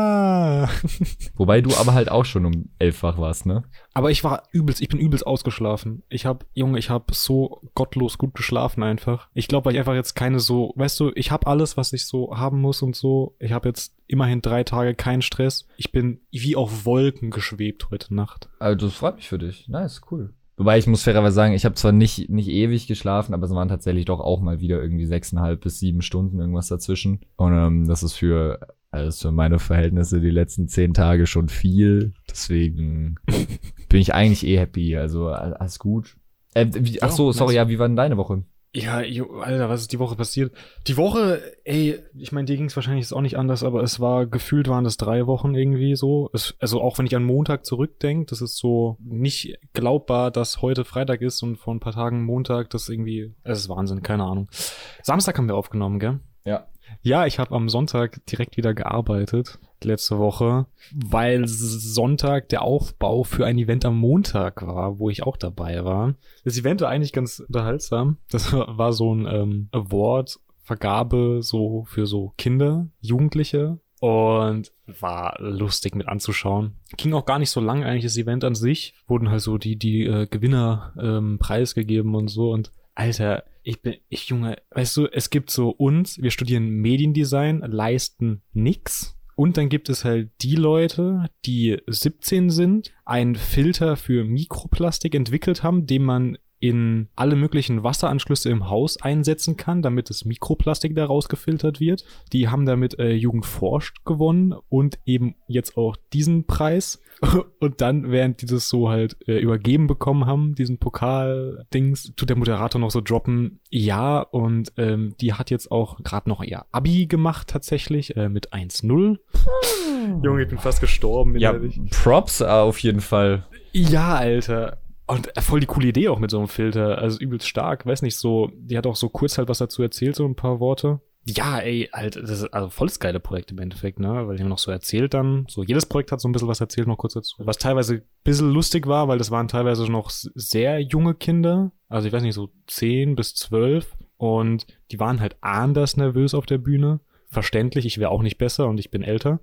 ah. Wobei du aber halt auch schon um elf wach warst, ne? Aber ich war übelst, ich bin übelst ausgeschlafen. Ich hab, Junge, ich hab so gottlos gut geschlafen einfach. Ich glaube, weil ich einfach jetzt keine so, weißt du, ich hab alles, was ich so haben muss und so. Ich hab jetzt immerhin drei Tage keinen Stress. Ich bin wie auf Wolken geschwebt heute Nacht. Also das freut mich für dich. Nice, cool. Wobei ich muss fairerweise sagen, ich habe zwar nicht nicht ewig geschlafen, aber es waren tatsächlich doch auch mal wieder irgendwie sechseinhalb bis sieben Stunden irgendwas dazwischen. Und ähm, das ist für also für meine Verhältnisse die letzten zehn Tage schon viel. Deswegen bin ich eigentlich eh happy. Also alles gut. Äh, wie, ach so, sorry, ja, wie war denn deine Woche? Ja, jo, Alter, was ist die Woche passiert? Die Woche, ey, ich meine, dir ging's wahrscheinlich jetzt auch nicht anders, aber es war, gefühlt waren das drei Wochen irgendwie so. Es, also auch wenn ich an Montag zurückdenke, das ist so nicht glaubbar, dass heute Freitag ist und vor ein paar Tagen Montag, das irgendwie, es ist Wahnsinn, keine Ahnung. Samstag haben wir aufgenommen, gell? Ja. Ja, ich habe am Sonntag direkt wieder gearbeitet, letzte Woche, weil Sonntag der Aufbau für ein Event am Montag war, wo ich auch dabei war. Das Event war eigentlich ganz unterhaltsam. Das war so ein ähm, Award-Vergabe so für so Kinder, Jugendliche und war lustig mit anzuschauen. Ging auch gar nicht so lang eigentlich das Event an sich. Wurden halt so die die äh, Gewinner ähm, preisgegeben und so und Alter, ich bin, ich Junge, weißt du, es gibt so uns, wir studieren Mediendesign, leisten nix. Und dann gibt es halt die Leute, die siebzehn sind, einen Filter für Mikroplastik entwickelt haben, den man in alle möglichen Wasseranschlüsse im Haus einsetzen kann, damit das Mikroplastik da rausgefiltert wird. Die haben damit äh, Jugend forscht gewonnen und eben jetzt auch diesen Preis. Und dann, während die das so halt äh, übergeben bekommen haben, diesen Pokal-Dings, tut der Moderator noch so droppen, ja, und ähm, die hat jetzt auch gerade noch ihr Abi gemacht tatsächlich, äh, mit eins null. Junge, ich bin fast gestorben. Ja, innerlich. Props äh, auf jeden Fall. Ja, Alter. Und voll die coole Idee auch mit so einem Filter. Also übelst stark. Weiß nicht, so, die hat auch so kurz halt was dazu erzählt, so ein paar Worte. Ja, ey, halt, das ist also voll das geile Projekt im Endeffekt, ne? Weil die haben noch so erzählt dann. So, jedes Projekt hat so ein bisschen was erzählt, noch kurz dazu. Was teilweise ein bisschen lustig war, weil das waren teilweise noch sehr junge Kinder. Also ich weiß nicht, so zehn bis zwölf. Und die waren halt anders nervös auf der Bühne. Verständlich, ich wäre auch nicht besser und ich bin älter.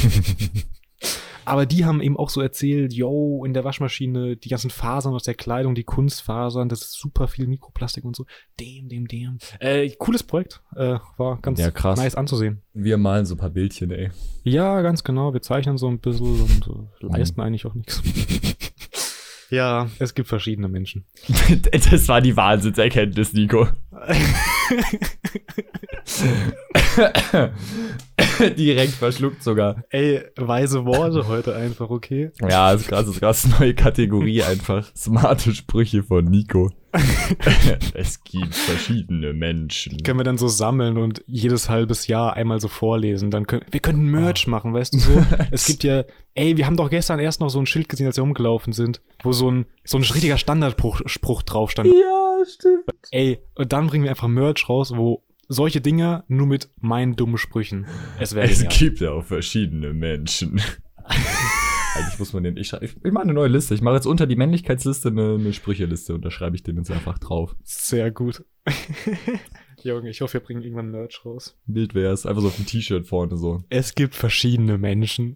Aber die haben eben auch so erzählt, yo, in der Waschmaschine, die ganzen Fasern aus der Kleidung, die Kunstfasern, das ist super viel Mikroplastik und so. Damn, damn, damn. Äh, cooles Projekt. Äh, war ganz Ja, krass. nice anzusehen. Wir malen so ein paar Bildchen, ey. Ja, ganz genau. Wir zeichnen so ein bisschen und äh, leisten eigentlich auch nichts. Ja, es gibt verschiedene Menschen. Das war die Wahnsinnserkenntnis, Nico. Direkt verschluckt sogar. Ey, weise Worte heute einfach, okay? Ja, ist krass, ist krass. Neue Kategorie einfach. Smarte Sprüche von Nico. Es gibt verschiedene Menschen. Können wir dann so sammeln und jedes halbes Jahr einmal so vorlesen. Dann können wir können Merch oh. machen, weißt du so? Es gibt ja, ey, wir haben doch gestern erst noch so ein Schild gesehen, als wir rumgelaufen sind, wo so ein so ein richtiger Standardspruch Spruch drauf stand. Ja, stimmt. Ey, und dann bringen wir einfach Merch raus, wo solche Dinger nur mit meinen dummen Sprüchen. Es, es gibt ja auch verschiedene Menschen. Eigentlich muss man den, ich, ich, ich mache eine neue Liste. Ich mache jetzt unter die Männlichkeitsliste eine, eine Sprücheliste und da schreibe ich den jetzt einfach drauf. Sehr gut. Junge, ich hoffe, wir bringen irgendwann Merch raus. Bild wär's, einfach so auf dem T-Shirt vorne so. Es gibt verschiedene Menschen.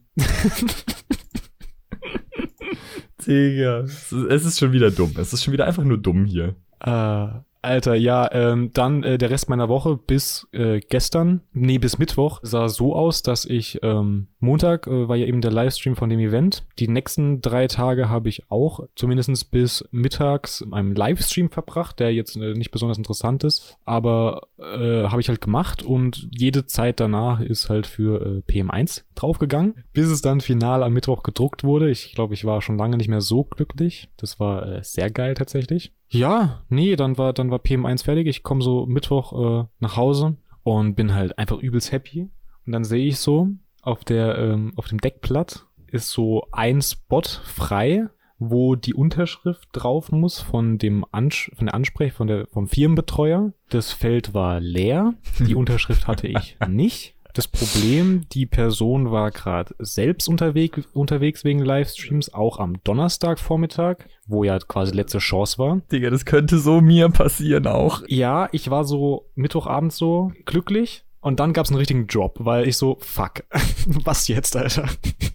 Digga, es ist schon wieder dumm. Es ist schon wieder einfach nur dumm hier. Ah. Alter, ja, ähm, dann äh, der Rest meiner Woche bis äh, gestern, nee, bis Mittwoch sah so aus, dass ich ähm, Montag äh, war ja eben der Livestream von dem Event. Die nächsten drei Tage habe ich auch zumindest bis mittags in einem Livestream verbracht, der jetzt äh, nicht besonders interessant ist, aber äh, habe ich halt gemacht und jede Zeit danach ist halt für äh, P M eins draufgegangen, bis es dann final am Mittwoch gedruckt wurde. Ich glaube, ich war schon lange nicht mehr so glücklich. Das war äh, sehr geil tatsächlich. Ja, nee, dann war dann war P M eins fertig. Ich komme so Mittwoch äh, nach Hause und bin halt einfach übelst happy. Und dann sehe ich so, auf der ähm, auf dem Deckblatt ist so ein Spot frei, wo die Unterschrift drauf muss von dem Ans- von der Ansprech von der vom Firmenbetreuer. Das Feld war leer. Die Unterschrift hatte ich nicht. Das Problem, die Person war gerade selbst unterwegs, unterwegs wegen Livestreams, auch am Donnerstagvormittag, wo ja quasi letzte Chance war. Digga, das könnte so mir passieren auch. Ja, ich war so Mittwochabend so glücklich und dann gab's einen richtigen Drop, weil ich so, fuck, was jetzt, Alter?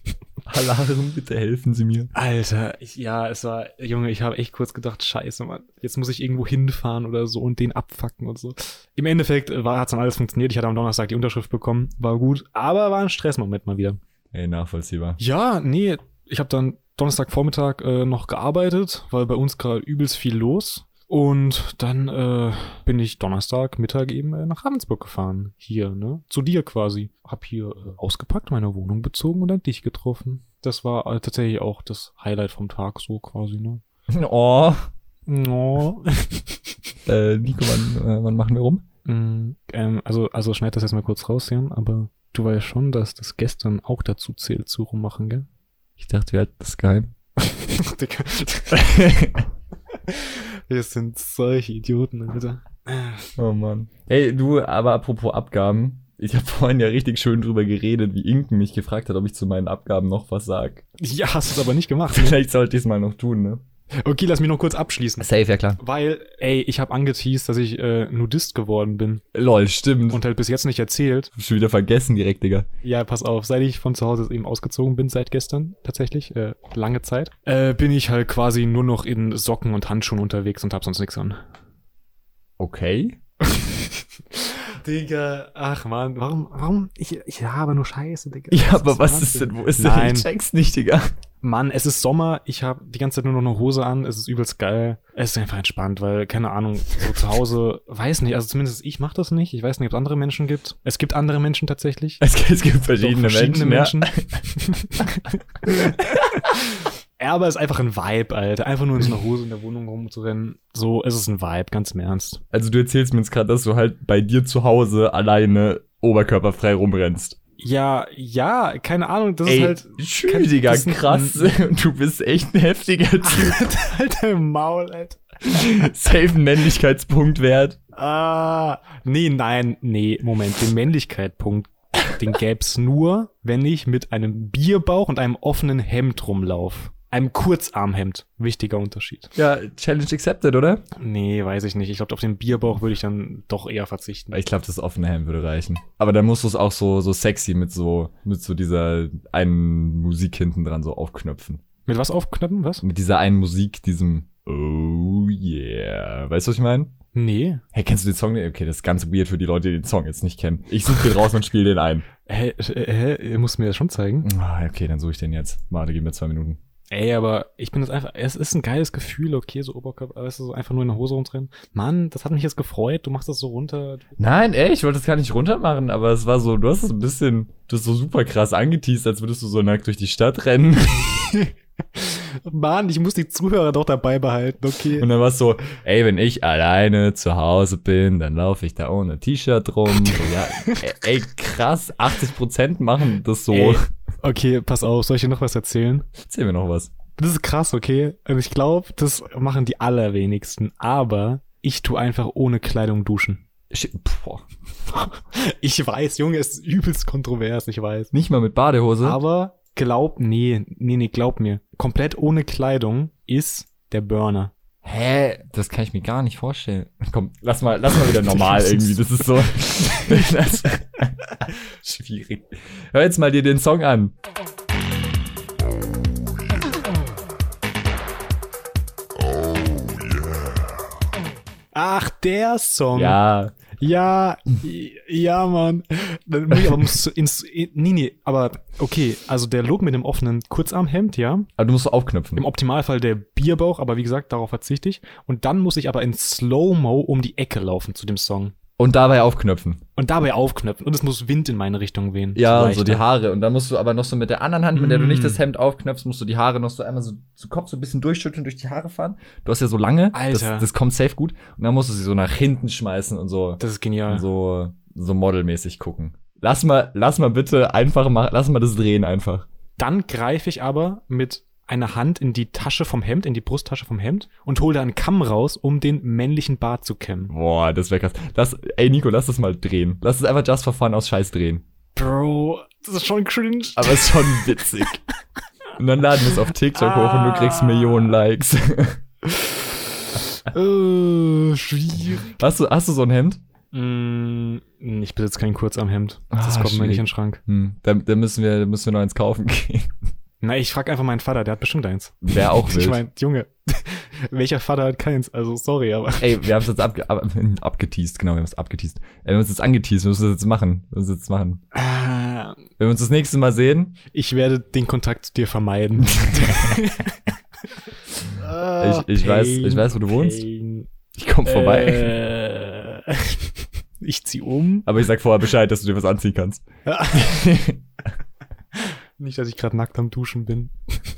Alarm, bitte helfen Sie mir. Alter, ich, ja, es war, Junge, ich habe echt kurz gedacht, scheiße, Mann, jetzt muss ich irgendwo hinfahren oder so und den abfucken und so. Im Endeffekt war, hat's dann alles funktioniert, ich hatte am Donnerstag die Unterschrift bekommen, war gut, aber war ein Stressmoment mal wieder. Ey, nachvollziehbar. Ja, nee, ich habe dann Donnerstagvormittag äh, noch gearbeitet, weil bei uns gerade übelst viel los. Und dann äh, bin ich Donnerstag Mittag eben äh, nach Ravensburg gefahren. Hier, ne? Zu dir quasi. Hab hier äh, ausgepackt, meine Wohnung bezogen und dann dich getroffen. Das war äh, tatsächlich auch das Highlight vom Tag so quasi, ne? Oh. Oh. äh, Nico, wann, äh, wann machen wir rum? Mm, ähm, also, also schneid das jetzt mal kurz raus, Jan, aber du weißt schon, dass das gestern auch dazu zählt, zu rummachen, gell? Ich dachte, wir hatten das geheim. Wir sind solche Idioten, Alter. Oh Mann. Hey, du, aber apropos Abgaben. Ich habe vorhin ja richtig schön drüber geredet, wie Inken mich gefragt hat, ob ich zu meinen Abgaben noch was sag. Ja, hast du es aber nicht gemacht. Vielleicht sollte ich es mal noch tun, ne? Okay, lass mich noch kurz abschließen. Safe, ja klar. Weil, ey, ich habe angeteased, dass ich äh, Nudist geworden bin. Lol, stimmt. Und halt bis jetzt nicht erzählt. Hab schon wieder vergessen direkt, Digga. Ja, pass auf, seit ich von zu Hause eben ausgezogen bin, seit gestern tatsächlich, äh, lange Zeit, äh, bin ich halt quasi nur noch in Socken und Handschuhen unterwegs und hab sonst nichts an. Okay. Digga, ach man, warum, warum, ich, ich habe nur Scheiße, Digga. Ja, aber was ist denn, wo ist denn, Nein. Ich check's nicht, Digga. Mann, es ist Sommer, ich habe die ganze Zeit nur noch eine Hose an, es ist übelst geil. Es ist einfach entspannt, weil, keine Ahnung, so zu Hause, weiß nicht, also zumindest ich mach das nicht. Ich weiß nicht, ob es andere Menschen gibt. Es gibt andere Menschen tatsächlich. Es, es gibt verschiedene, Doch, verschiedene Menschen. Menschen. Ja, aber es ist einfach ein Vibe, Alter. Einfach nur in so einer Hose in der Wohnung rumzurennen. So ist es ein Vibe, ganz im Ernst. Also du erzählst mir jetzt gerade, dass du halt bei dir zu Hause alleine oberkörperfrei rumrennst. Ja, ja, keine Ahnung, das Ey, ist halt... Schön, Digga, krass. Du bist echt ein heftiger Typ. Alter, Maul, Alter. Safe ein Männlichkeitspunkt wert. Ah, nee, nein, nee, Moment, den Männlichkeitspunkt, den gäb's nur, wenn ich mit einem Bierbauch und einem offenen Hemd rumlaufe. Einem Kurzarmhemd. Wichtiger Unterschied. Ja, Challenge accepted, oder? Nee, weiß ich nicht. Ich glaube, auf den Bierbauch würde ich dann doch eher verzichten. Ich glaube, das offene Hemd würde reichen. Aber dann musst du es auch so, so sexy mit so, mit so dieser einen Musik hinten dran so aufknöpfen. Mit was aufknöpfen? Was? Mit dieser einen Musik, diesem Oh yeah. Weißt du, was ich meine? Nee. Hey, kennst du den Song? Okay, das ist ganz weird für die Leute, die den Song jetzt nicht kennen. Ich suche den raus und spiele den ein. Hä, hä, hä, musst du mir das schon zeigen? Ah, okay, dann suche ich den jetzt. Warte, gib mir zwei Minuten. Ey, aber ich bin das einfach, es ist ein geiles Gefühl, okay, so Oberkörper, weißt du, so einfach nur in der Hose rumdrehen. Mann, das hat mich jetzt gefreut, du machst das so runter. Nein, ey, ich wollte das gar nicht runter machen, aber es war so, du hast es ein bisschen, du hast so super krass angeteased, als würdest du so nackt durch die Stadt rennen. Mann, ich muss die Zuhörer doch dabei behalten, okay. Und dann war es so, ey, wenn ich alleine zu Hause bin, dann laufe ich da ohne T-Shirt rum. So, ja, ey, krass, achtzig Prozent machen das so. Ey, okay, pass auf, soll ich dir noch was erzählen? Erzähl mir noch was. Das ist krass, okay? Und ich glaube, das machen die allerwenigsten. Aber ich tu einfach ohne Kleidung duschen. Ich, boah. Ich weiß, Junge, es ist übelst kontrovers, ich weiß. Nicht mal mit Badehose? Aber glaub, nee, nee, nee, glaub mir. Komplett ohne Kleidung ist der Burner. Hä? Das kann ich mir gar nicht vorstellen. Komm, lass mal, lass mal wieder normal irgendwie. Das ist so. Das, schwierig. Hör jetzt mal dir den Song an. Ach, der Song. Ja. Ja, ja, Mann. Nee, aber musst du ins, nee, nee, aber okay, also der Look mit dem offenen Kurzarmhemd, ja. Aber du musst so aufknöpfen. Im Optimalfall der Bierbauch, aber wie gesagt, darauf verzichte ich. Und dann muss ich aber in Slow-Mo um die Ecke laufen zu dem Song. Und dabei aufknöpfen. Und dabei aufknöpfen. Und es muss Wind in meine Richtung wehen. Ja, Vielleicht, so die ne? Haare. Und dann musst du aber noch so mit der anderen Hand, mit der du Mm. nicht das Hemd aufknöpfst, musst du die Haare noch so einmal so zu Kopf so ein bisschen durchschütteln, durch die Haare fahren. Du hast ja so lange. Alter. Das, das kommt safe gut. Und dann musst du sie so nach hinten schmeißen und so. Das ist genial. Und so, so modelmäßig gucken. Lass mal, lass mal bitte einfach mal, lass mal das drehen einfach. Dann greife ich aber mit einer Hand in die Tasche vom Hemd, in die Brusttasche vom Hemd und hole da einen Kamm raus, um den männlichen Bart zu kämmen. Boah, das wäre krass. Das, ey Nico, lass das mal drehen. Lass es einfach just for fun aus Scheiß drehen. Bro, das ist schon cringe. Aber es ist schon witzig. Und dann laden wir es auf TikTok hoch und du kriegst Millionen Likes. äh, schwierig. Hast du, hast du so ein Hemd? Mm, ich besitze kein Kurzarmhemd. Ah, Das kommt mir schwierig. nicht in den Schrank. Hm, da, da müssen wir, da müssen wir noch eins kaufen gehen. Na, ich frag einfach meinen Vater, der hat bestimmt eins. Wäre auch wild. Ich mein, Junge, welcher Vater hat keins? Also, sorry, aber. Ey, wir haben es jetzt abge ab abgeteased, genau, wir haben es abgeteased. Ey, wir haben es jetzt angeteased, wir müssen das jetzt machen. Wir müssen das jetzt machen. Ah, Wenn wir uns das nächste Mal sehen, ich werde den Kontakt zu dir vermeiden. ich, ich weiß, ich weiß, wo du wohnst. Pain. Ich komm vorbei. Äh, ich zieh um. Aber ich sag vorher Bescheid, dass du dir was anziehen kannst. Nicht, dass ich gerade nackt am Duschen bin.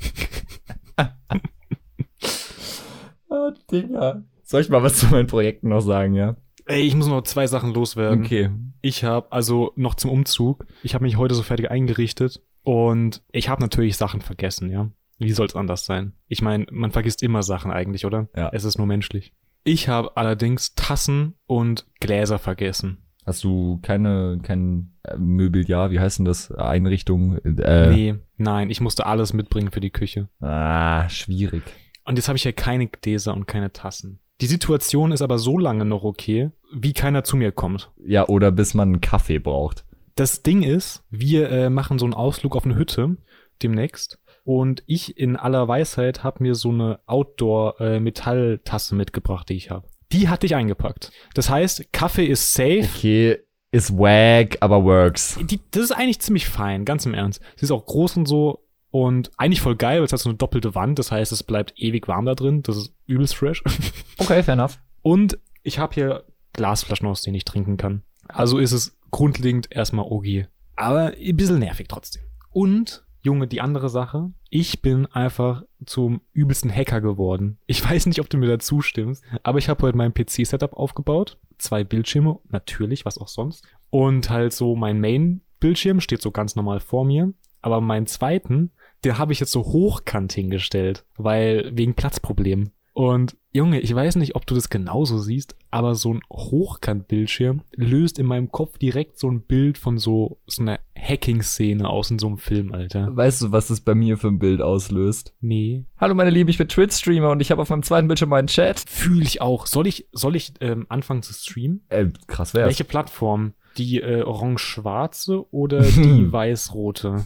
Oh, Digga. Soll ich mal was zu meinen Projekten noch sagen, ja? Ey, ich muss noch zwei Sachen loswerden. Okay. Ich habe also noch zum Umzug. Ich habe mich heute so fertig eingerichtet und ich habe natürlich Sachen vergessen, ja. Wie soll's anders sein? Ich meine, man vergisst immer Sachen eigentlich, oder? Ja. Es ist nur menschlich. Ich habe allerdings Tassen und Gläser vergessen. Hast du keine, kein äh, Möbeljahr, wie heißt denn das? Einrichtung? Äh, Nee, nein, ich musste alles mitbringen für die Küche. Ah, schwierig. Und jetzt habe ich ja keine Gläser und keine Tassen. Die Situation ist aber so lange noch okay, wie keiner zu mir kommt. Ja, oder bis man einen Kaffee braucht. Das Ding ist, wir äh, machen so einen Ausflug auf eine Hütte demnächst. Und ich in aller Weisheit habe mir so eine Outdoor-Metalltasse mitgebracht, die ich habe. Die hatte ich eingepackt. Das heißt, Kaffee ist safe. Okay, ist wack, aber works. Die, das ist eigentlich ziemlich fein, ganz im Ernst. Sie ist auch groß und so und eigentlich voll geil, weil es hat so eine doppelte Wand. Das heißt, es bleibt ewig warm da drin. Das ist übelst fresh. Okay, fair enough. Und ich habe hier Glasflaschen, aus denen ich trinken kann. Also ist es grundlegend erstmal okay. Aber ein bisschen nervig trotzdem. Und, Junge, die andere Sache, ich bin einfach zum übelsten Hacker geworden. Ich weiß nicht, ob du mir dazu stimmst, aber ich habe heute mein P C-Setup aufgebaut. Zwei Bildschirme, natürlich, was auch sonst. Und halt so mein Main-Bildschirm steht so ganz normal vor mir. Aber meinen zweiten, den habe ich jetzt so hochkant hingestellt, weil wegen Platzproblemen. Und Junge, ich weiß nicht, ob du das genauso siehst, aber so ein Hochkant-Bildschirm löst in meinem Kopf direkt so ein Bild von so, so einer Hacking-Szene aus in so einem Film, Alter. Weißt du, was das bei mir für ein Bild auslöst? Nee. Hallo meine Lieben, ich bin Twitch-Streamer und ich habe auf meinem zweiten Bildschirm meinen Chat. Fühle ich auch. Soll ich, soll ich ähm, anfangen zu streamen? Äh, krass wär's. Welche Plattform? Die äh, orange-schwarze oder die weiß-rote?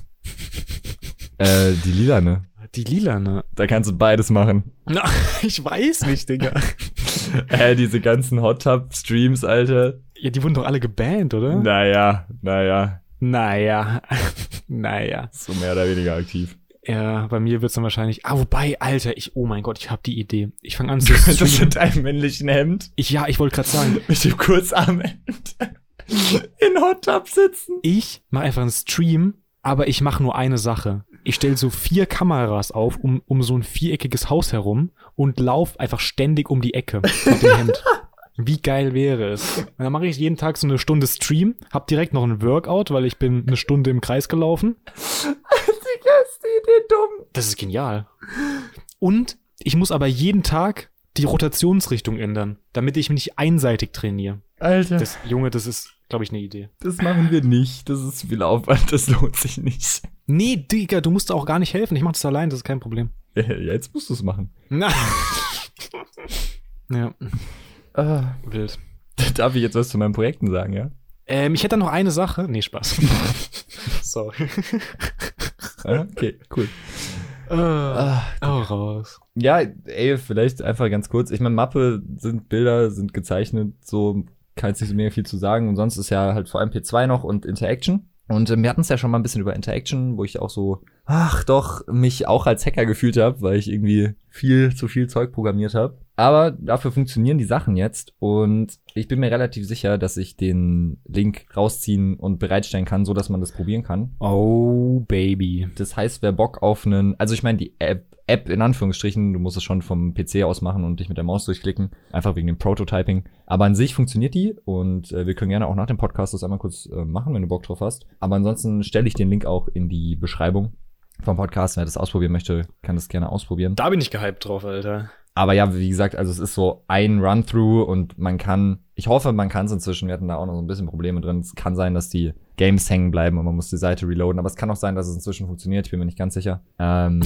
Äh, die lilane. Die lilane. Da kannst du beides machen. Na, ich weiß nicht, Digga. äh, diese ganzen Hot Tub Streams, Alter. Ja, die wurden doch alle gebannt, oder? Naja, naja. Naja. naja. So mehr oder weniger aktiv. Ja, bei mir wird's dann wahrscheinlich, ah, wobei, Alter, ich, oh mein Gott, ich hab die Idee. Ich fange an zu streamen. Das in deinem männlichen Hemd. Ich, ja, ich wollte gerade sagen. Mit dem Kurzarmhemd. In Hot Tub sitzen. Ich mache einfach einen Stream, aber ich mache nur eine Sache. Ich stelle so vier Kameras auf, um, um so ein viereckiges Haus herum und lauf einfach ständig um die Ecke mit dem Hemd. Wie geil wäre es? Und dann mache ich jeden Tag so eine Stunde Stream, hab direkt noch einen Workout, weil ich bin eine Stunde im Kreis gelaufen. Digga, ist die Idee dumm. Das ist genial. Und ich muss aber jeden Tag die Rotationsrichtung ändern, damit ich mich nicht einseitig trainiere. Alter. Das, Junge, das ist, glaube ich, eine Idee. Das machen wir nicht. Das ist viel Aufwand. Das lohnt sich nicht. Nee, Digga, du musst auch gar nicht helfen. Ich mach das allein, das ist kein Problem. Ja, jetzt musst du es machen. Na. Ja. Ah. Wild. Darf ich jetzt was zu meinen Projekten sagen, ja? Ähm, ich hätte noch eine Sache. Nee, Spaß. Sorry. Okay, cool. Ah, oh, raus. Ja, ey, vielleicht einfach ganz kurz. Ich meine, Mappe sind Bilder, sind gezeichnet, so kann jetzt nicht so mega viel zu sagen. Und sonst ist ja halt vor allem P zwei noch und Interaction. Und äh, wir hatten es ja schon mal ein bisschen über Interaction, wo ich auch so, ach doch, mich auch als Hacker gefühlt habe, weil ich irgendwie viel zu viel Zeug programmiert habe. Aber dafür funktionieren die Sachen jetzt und ich bin mir relativ sicher, dass ich den Link rausziehen und bereitstellen kann, so dass man das probieren kann. Oh, Baby. Das heißt, wer Bock auf einen, also ich meine die App, App in Anführungsstrichen, du musst es schon vom P C aus machen und dich mit der Maus durchklicken, einfach wegen dem Prototyping. Aber an sich funktioniert die und äh, wir können gerne auch nach dem Podcast das einmal kurz äh, machen, wenn du Bock drauf hast. Aber ansonsten stelle ich den Link auch in die Beschreibung vom Podcast. Wer das ausprobieren möchte, kann das gerne ausprobieren. Da bin ich gehypt drauf, Alter. Aber ja, wie gesagt, also es ist so ein Run-Through und man kann, ich hoffe, man kann es inzwischen, wir hatten da auch noch so ein bisschen Probleme drin. Es kann sein, dass die Games hängen bleiben und man muss die Seite reloaden, aber es kann auch sein, dass es inzwischen funktioniert, ich bin mir nicht ganz sicher. Ähm,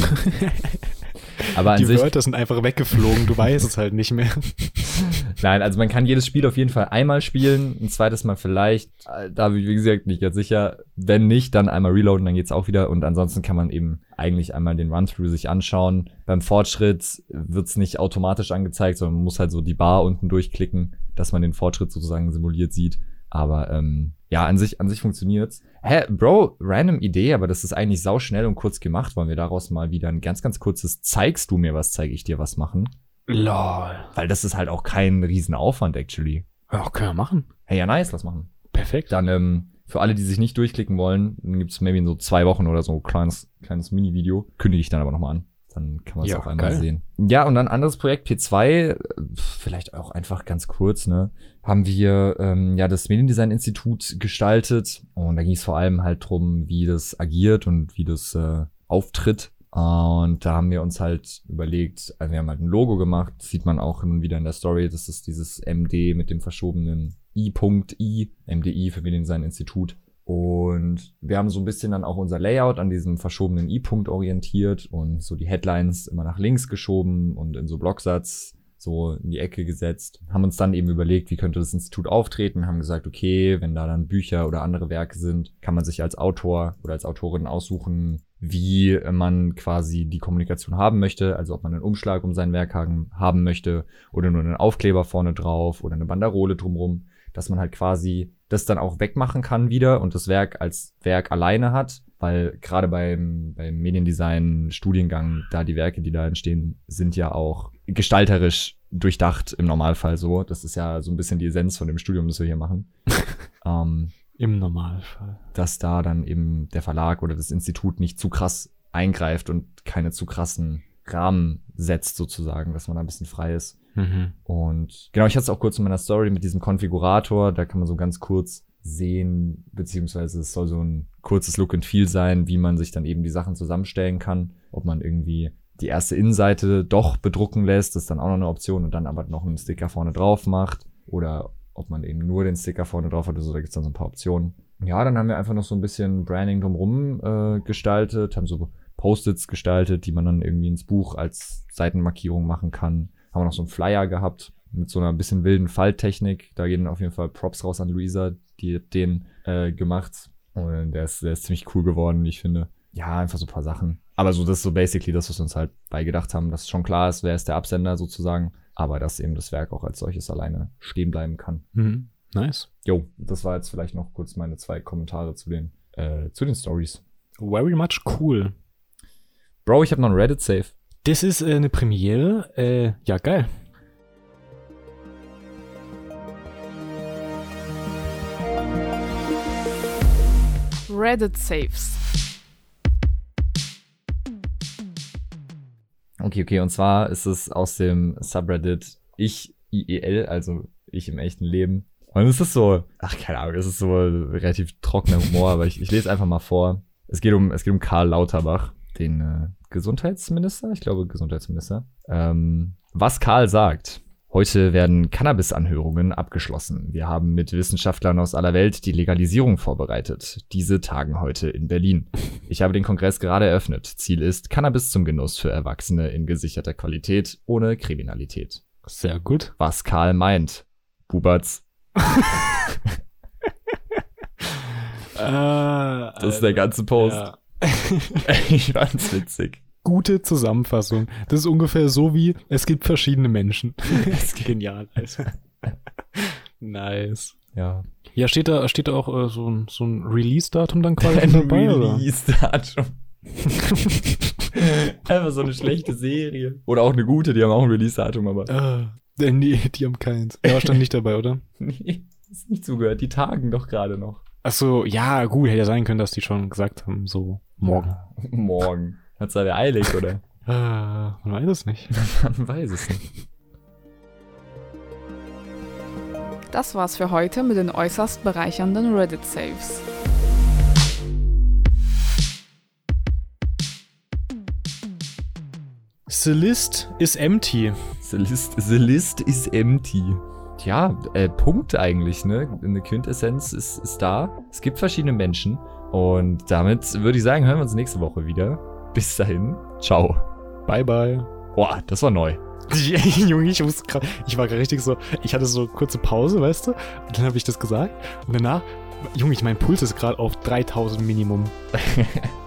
aber an die sich, Wörter sind einfach weggeflogen, du weißt es halt nicht mehr. Nein, also man kann jedes Spiel auf jeden Fall einmal spielen, ein zweites Mal vielleicht, da bin ich wie gesagt nicht ganz sicher. Wenn nicht, dann einmal reloaden, dann geht's auch wieder und ansonsten kann man eben eigentlich einmal den Run-Through sich anschauen. Beim Fortschritt wird's nicht automatisch angezeigt, sondern man muss halt so die Bar unten durchklicken, dass man den Fortschritt sozusagen simuliert sieht. Aber ähm, ja, an sich an sich funktioniert's. Hä, Bro, random Idee, aber das ist eigentlich sauschnell und kurz gemacht. Wollen wir daraus mal wieder ein ganz, ganz kurzes Zeigst du mir was, zeige ich dir was machen? Lol. Weil das ist halt auch kein Riesenaufwand, actually. Ja, können wir machen. Hey, ja, nice, lass machen. Perfekt. Dann, ähm, für alle, die sich nicht durchklicken wollen, dann gibt's maybe in so zwei Wochen oder so ein kleines, kleines Mini-Video. Kündige ich dann aber nochmal an. Dann kann man es Ja, auch einmal geil. sehen. Ja, und dann anderes Projekt, P zwei, vielleicht auch einfach ganz kurz, ne, haben wir ähm, ja das Mediendesign-Institut gestaltet. Und da ging es vor allem halt drum, wie das agiert und wie das äh, auftritt. Und da haben wir uns halt überlegt, also wir haben halt ein Logo gemacht, das sieht man auch hin und wieder in der Story, das ist dieses M D mit dem verschobenen I.I, M D I für Mediendesign-Institut. Und wir haben so ein bisschen dann auch unser Layout an diesem verschobenen I-Punkt orientiert und so die Headlines immer nach links geschoben und in so Blocksatz so in die Ecke gesetzt. Haben uns dann eben überlegt, wie könnte das Institut auftreten, haben gesagt, okay, wenn da dann Bücher oder andere Werke sind, kann man sich als Autor oder als Autorin aussuchen, wie man quasi die Kommunikation haben möchte, also ob man einen Umschlag um sein Werk haben, haben möchte oder nur einen Aufkleber vorne drauf oder eine Banderole drumrum, dass man halt quasi das dann auch wegmachen kann wieder und das Werk als Werk alleine hat, weil gerade beim, beim Mediendesign-Studiengang, da die Werke, die da entstehen, sind ja auch gestalterisch durchdacht im Normalfall so. Das ist ja so ein bisschen die Essenz von dem Studium, das wir hier machen. ähm, Im Normalfall. dass da dann eben der Verlag oder das Institut nicht zu krass eingreift und keine zu krassen Rahmen setzt sozusagen, dass man da ein bisschen frei ist. Mhm. Und genau, ich hatte es auch kurz in meiner Story mit diesem Konfigurator, da kann man so ganz kurz sehen, beziehungsweise es soll so ein kurzes Look and Feel sein, wie man sich dann eben die Sachen zusammenstellen kann, ob man irgendwie die erste Innenseite doch bedrucken lässt, das ist dann auch noch eine Option und dann aber noch einen Sticker vorne drauf macht oder ob man eben nur den Sticker vorne drauf hat oder so, da gibt's dann so ein paar Optionen. Ja, dann haben wir einfach noch so ein bisschen Branding drumrum äh, gestaltet, haben so Post-its gestaltet, die man dann irgendwie ins Buch als Seitenmarkierung machen kann. Haben wir noch so einen Flyer gehabt mit so einer bisschen wilden Falttechnik. Da gehen auf jeden Fall Props raus an Luisa, die hat den äh, gemacht. Und der ist, der ist ziemlich cool geworden, ich finde. Ja, einfach so ein paar Sachen. Aber so, das ist so basically das, was wir uns halt beigedacht haben, dass schon klar ist, wer ist der Absender sozusagen. Aber dass eben das Werk auch als solches alleine stehen bleiben kann. Mhm. Nice. Jo, das war jetzt vielleicht noch kurz meine zwei Kommentare zu den, äh, zu den Stories. Very much cool. Bro, ich habe noch ein Reddit-Save. Das ist äh, eine Premiere. Äh, ja, geil. Reddit Saves. Okay, okay, und zwar ist es aus dem Subreddit ich I E L, also ich im echten Leben. Und es ist so, ach, keine Ahnung, es ist so relativ trockener Humor, aber ich, ich lese einfach mal vor. Es geht um, es geht um Karl Lauterbach, den äh, Gesundheitsminister, ich glaube Gesundheitsminister. Ähm, was Karl sagt: Heute werden Cannabis-Anhörungen abgeschlossen. Wir haben mit Wissenschaftlern aus aller Welt die Legalisierung vorbereitet. Diese tagen heute in Berlin. Ich habe den Kongress gerade eröffnet. Ziel ist Cannabis zum Genuss für Erwachsene in gesicherter Qualität, ohne Kriminalität. Sehr gut. Was Karl meint: Bubatz. äh, das ist der ganze Post. Ja. Ich fand's witzig. Gute Zusammenfassung. Das ist ungefähr so wie, es gibt verschiedene Menschen. Das ist genial, Alter. Nice. Ja. Ja, steht da, steht da auch äh, so ein, so ein Release-Datum dann quasi ein dabei, oder? Release-Datum. Einfach so eine schlechte Serie. Oder auch eine gute, die haben auch ein Release-Datum, aber. Äh, nee, die haben keins. Ja, stand nicht dabei, oder? Nee, ist nicht zugehört. Die tagen doch gerade noch. Ach so, ja, gut, hätte ja sein können, dass die schon gesagt haben, so morgen. Ja, morgen. Hat's da eilig, oder? Äh, man weiß es nicht. Man weiß es nicht. Das war's für heute mit den äußerst bereichernden Reddit-Saves. The list is empty. The list, the list is empty. Ja, äh, Punkt eigentlich, ne? Eine Quintessenz ist, ist da. Es gibt verschiedene Menschen. Und damit würde ich sagen, hören wir uns nächste Woche wieder. Bis dahin. Ciao. Bye, bye. Boah, das war neu. Junge, ich wusste grad, ich war gerade richtig so, ich hatte so kurze Pause, weißt du? Und dann habe ich das gesagt. Und danach, Junge, mein Puls ist gerade auf dreitausend Minimum.